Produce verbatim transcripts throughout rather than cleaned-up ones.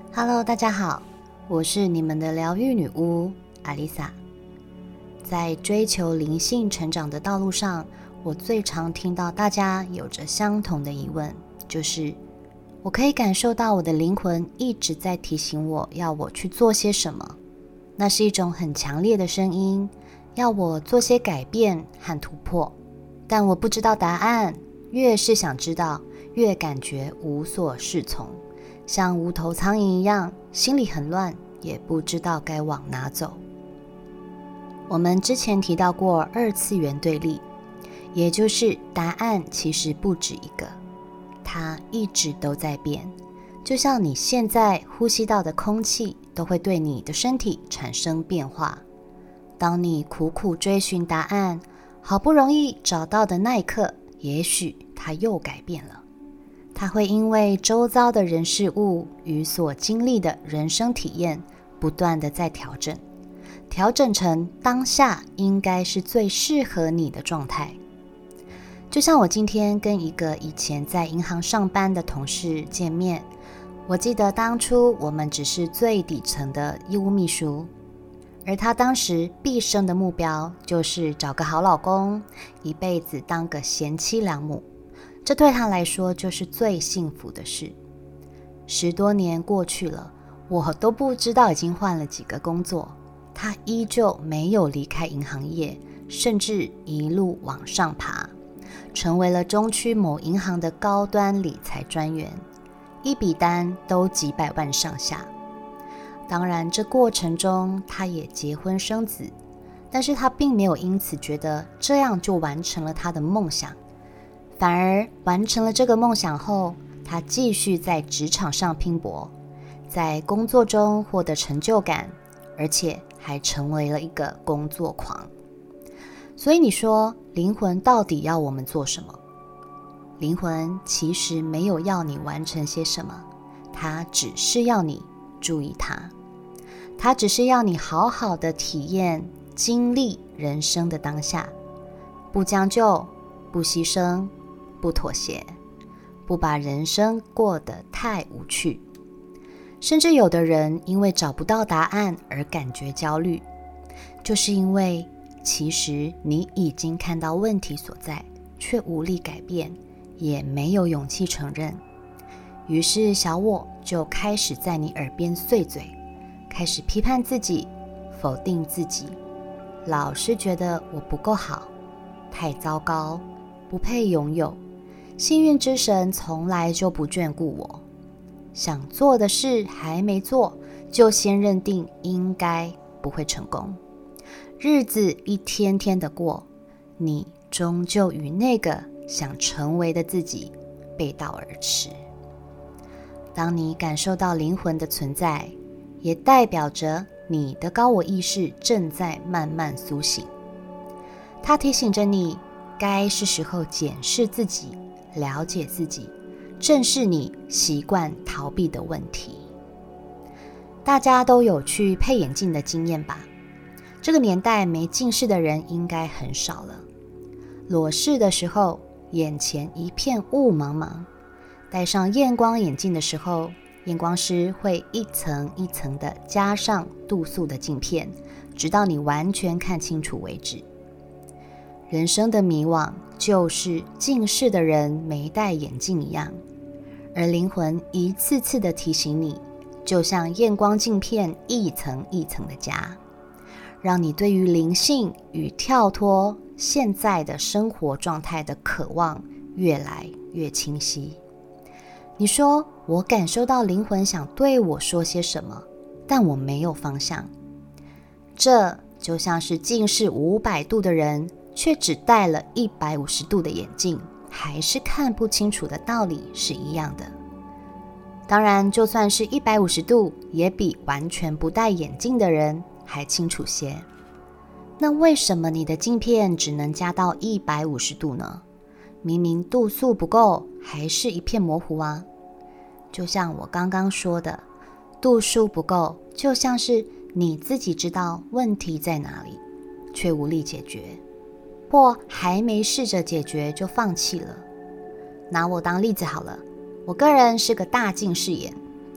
Hello， 大家好，我是你们的疗愈女巫阿丽萨。在追求灵性成长的道路上，我最常听到大家有着相同的疑问，就是我可以感受到我的灵魂一直在提醒我要我去做些什么，那是一种很强烈的声音，要我做些改变和突破，但我不知道答案，越是想知道，越感觉无所适从，像无头苍蝇一样，心里很乱，也不知道该往哪走。我们之前提到过二次元对立，也就是答案其实不止一个，它一直都在变，就像你现在呼吸到的空气都会对你的身体产生变化。当你苦苦追寻答案，好不容易找到的那一刻，也许它又改变了。它会因为周遭的人事物与所经历的人生体验，不断的在调整，调整成当下应该是最适合你的状态。就像我今天跟一个以前在银行上班的同事见面，我记得当初我们只是最底层的业务秘书，而他当时毕生的目标就是找个好老公，一辈子当个贤妻良母，这对他来说就是最幸福的事。十多年过去了，我都不知道已经换了几个工作，他依旧没有离开银行业，甚至一路往上爬，成为了中区某银行的高端理财专员，一笔单都几百万上下。当然这过程中他也结婚生子，但是他并没有因此觉得这样就完成了他的梦想，反而完成了这个梦想后，他继续在职场上拼搏，在工作中获得成就感，而且还成为了一个工作狂。所以你说灵魂到底要我们做什么？灵魂其实没有要你完成些什么，它只是要你注意它，它只是要你好好的体验经历人生的当下，不将就，不牺牲，不妥协，不把人生过得太无趣。甚至有的人因为找不到答案而感觉焦虑，就是因为其实你已经看到问题所在，却无力改变，也没有勇气承认。于是小我就开始在你耳边碎嘴，开始批判自己，否定自己，老是觉得我不够好，太糟糕，不配拥有，幸运之神从来就不眷顾我，想做的事还没做，就先认定应该不会成功。日子一天天的过，你终究与那个想成为的自己背道而驰。当你感受到灵魂的存在，也代表着你的高我意识正在慢慢苏醒。它提醒着你，该是时候检视自己，了解自己，正是你习惯逃避的问题。大家都有去配眼镜的经验吧？这个年代没近视的人应该很少了。裸视的时候，眼前一片雾茫茫，戴上验光眼镜的时候，验光师会一层一层的加上度数的镜片，直到你完全看清楚为止。人生的迷惘就是近视的人没戴眼镜一样，而灵魂一次次的提醒你，就像验光镜片一层一层的加，让你对于灵性与跳脱现在的生活状态的渴望越来越清晰。你说我感受到灵魂想对我说些什么，但我没有方向。这就像是近视五百度的人却只戴了一百五十度的眼镜，还是看不清楚的道理是一样的。当然就算是一百五十度，也比完全不戴眼镜的人还清楚些。那为什么你的镜片只能加到一百五十度呢？明明度数不够，还是一片模糊啊。就像我刚刚说的，度数不够，就像是你自己知道问题在哪里，却无力解决，或还没试着解决就放弃了。拿我当例子好了，我个人是个大近视眼，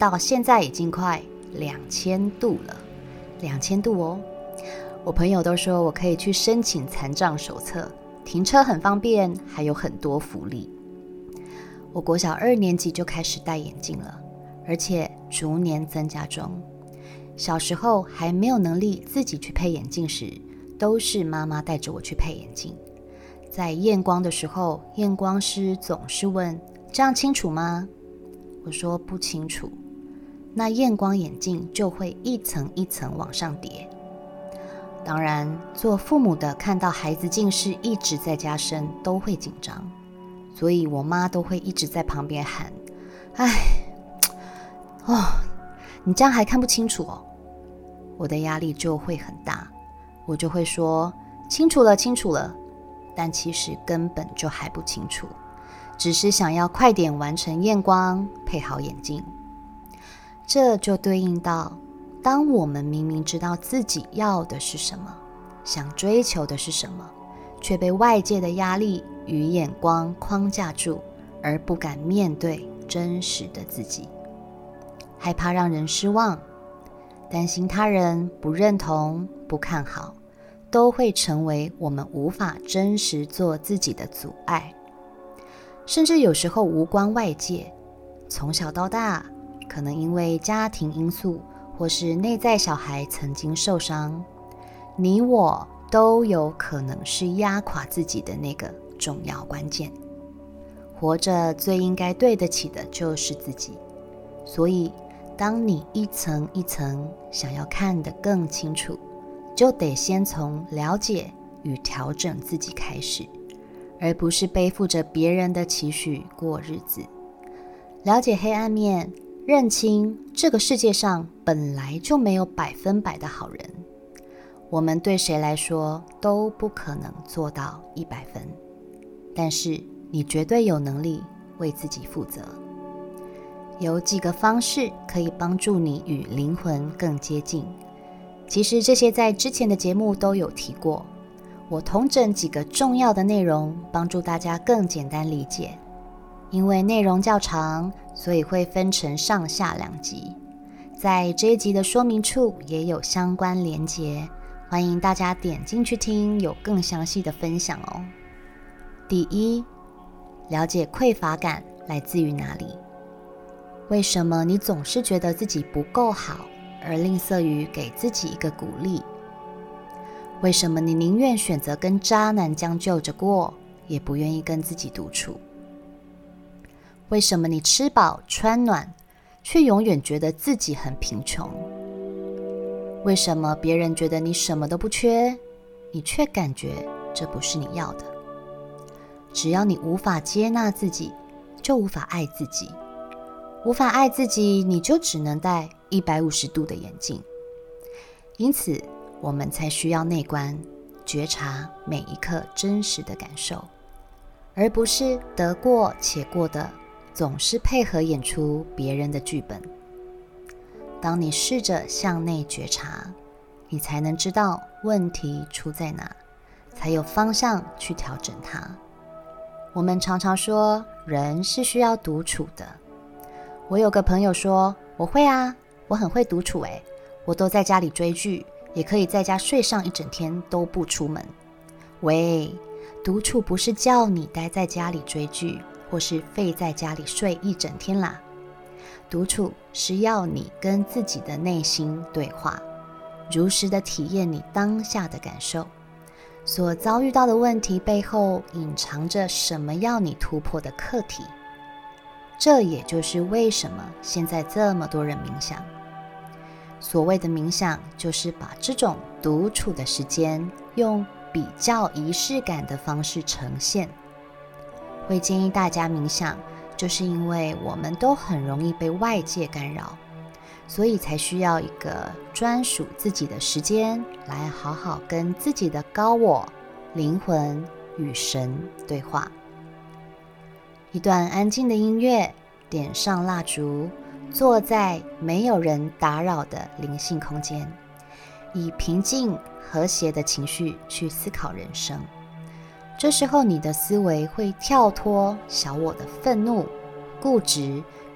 到现在已经快两千度了，两千度哦。我朋友都说我可以去申请残障手册，停车很方便，还有很多福利。我国小二年级就开始戴眼镜了，而且逐年增加中。小时候还没有能力自己去配眼镜时，都是妈妈带着我去配眼镜。在验光的时候，验光师总是问：这样清楚吗？我说不清楚。那验光眼镜就会一层一层往上叠。当然，做父母的看到孩子近视一直在加深，都会紧张，所以我妈都会一直在旁边喊：哎，哦，你这样还看不清楚哦。我的压力就会很大，我就会说清楚了清楚了，但其实根本就还不清楚，只是想要快点完成验光，配好眼镜。这就对应到，当我们明明知道自己要的是什么，想追求的是什么，却被外界的压力与眼光框架住，而不敢面对真实的自己，害怕让人失望，担心他人不认同、不看好，都会成为我们无法真实做自己的阻碍。甚至有时候无关外界，从小到大，可能因为家庭因素或是内在小孩曾经受伤，你我都有可能是压垮自己的那个重要关键。活着最应该对得起的就是自己，所以当你一层一层想要看得更清楚，就得先从了解与调整自己开始，而不是背负着别人的期许过日子。了解黑暗面，认清这个世界上本来就没有百分百的好人，我们对谁来说都不可能做到一百分，但是你绝对有能力为自己负责。有几个方式可以帮助你与灵魂更接近，其实这些在之前的节目都有提过，我统整几个重要的内容，帮助大家更简单理解。因为内容较长，所以会分成上下两集，在这一集的说明处也有相关连结，欢迎大家点进去听，有更详细的分享哦。第一，了解匮乏感来自于哪里？为什么你总是觉得自己不够好，而吝啬于给自己一个鼓励？为什么你宁愿选择跟渣男将就着过，也不愿意跟自己独处？为什么你吃饱穿暖，却永远觉得自己很贫穷？为什么别人觉得你什么都不缺，你却感觉这不是你要的？只要你无法接纳自己，就无法爱自己。无法爱自己，你就只能戴一百五十度的眼镜。因此，我们才需要内观，觉察每一刻真实的感受，而不是得过且过的总是配合演出别人的剧本。当你试着向内觉察，你才能知道问题出在哪，才有方向去调整它。我们常常说人是需要独处的。我有个朋友说，我会啊，我很会独处诶，我都在家里追剧，也可以在家睡上一整天都不出门。喂，独处不是叫你待在家里追剧，或是废在家里睡一整天啦。独处是要你跟自己的内心对话，如实的体验你当下的感受，所遭遇到的问题背后隐藏着什么要你突破的课题。这也就是为什么现在这么多人冥想。所谓的冥想，就是把这种独处的时间用比较仪式感的方式呈现。会建议大家冥想，就是因为我们都很容易被外界干扰，所以才需要一个专属自己的时间，来好好跟自己的高我、灵魂与神对话。一段安静的音乐，点上蜡烛，坐在没有人打扰的灵性空间，以平静和谐的情绪去思考人生。这时候你的思维会跳脱小我的愤怒、固执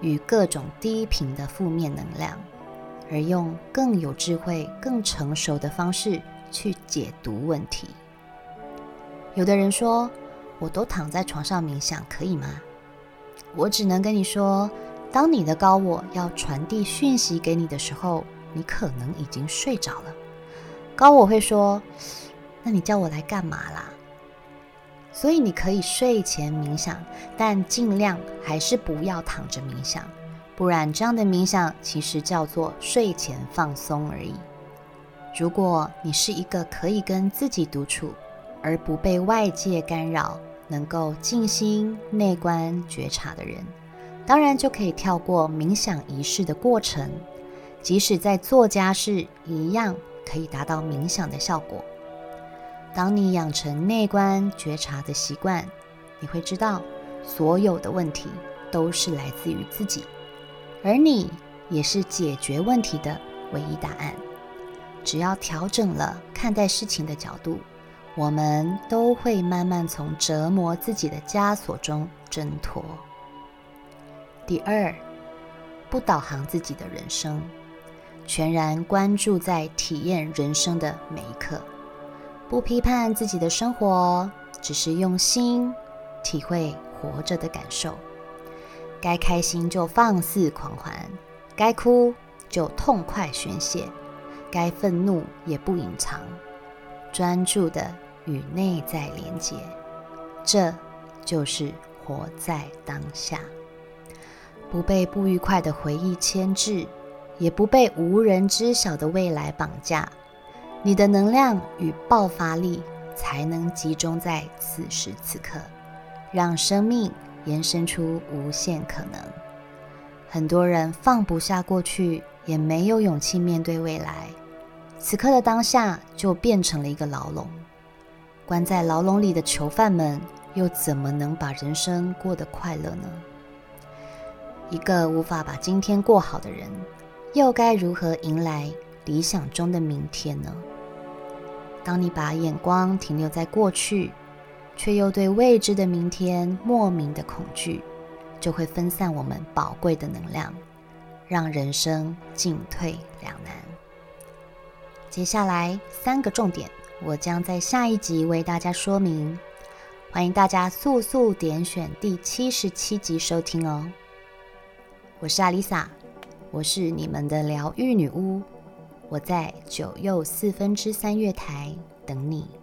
与各种低频的负面能量，而用更有智慧、更成熟的方式去解读问题。有的人说，我都躺在床上冥想，可以吗？我只能跟你说，当你的高我要传递讯息给你的时候，你可能已经睡着了。高我会说，那你叫我来干嘛啦？所以你可以睡前冥想，但尽量还是不要躺着冥想，不然这样的冥想其实叫做睡前放松而已。如果你是一个可以跟自己独处，而不被外界干扰，能够静心内观觉察的人，当然就可以跳过冥想仪式的过程，即使在做家事一样可以达到冥想的效果。当你养成内观觉察的习惯，你会知道所有的问题都是来自于自己，而你也是解决问题的唯一答案。只要调整了看待事情的角度，我们都会慢慢从折磨自己的枷锁中挣脱。第二，不导航自己的人生，全然关注在体验人生的每一刻，不批判自己的生活，只是用心体会活着的感受。该开心就放肆狂欢，该哭就痛快宣泄，该愤怒也不隐藏，专注的与内在连结，这就是活在当下。不被不愉快的回忆牵制，也不被无人知晓的未来绑架，你的能量与爆发力才能集中在此时此刻，让生命延伸出无限可能。很多人放不下过去，也没有勇气面对未来，此刻的当下就变成了一个牢笼。关在牢笼里的囚犯们，又怎么能把人生过得快乐呢？一个无法把今天过好的人，又该如何迎来理想中的明天呢？当你把眼光停留在过去，却又对未知的明天莫名的恐惧，就会分散我们宝贵的能量，让人生进退两难。接下来三个重点，我将在下一集为大家说明，欢迎大家速速点选第七十七集收听哦。我是阿丽萨，我是你们的疗愈女巫，我在九又四分之三月台等你。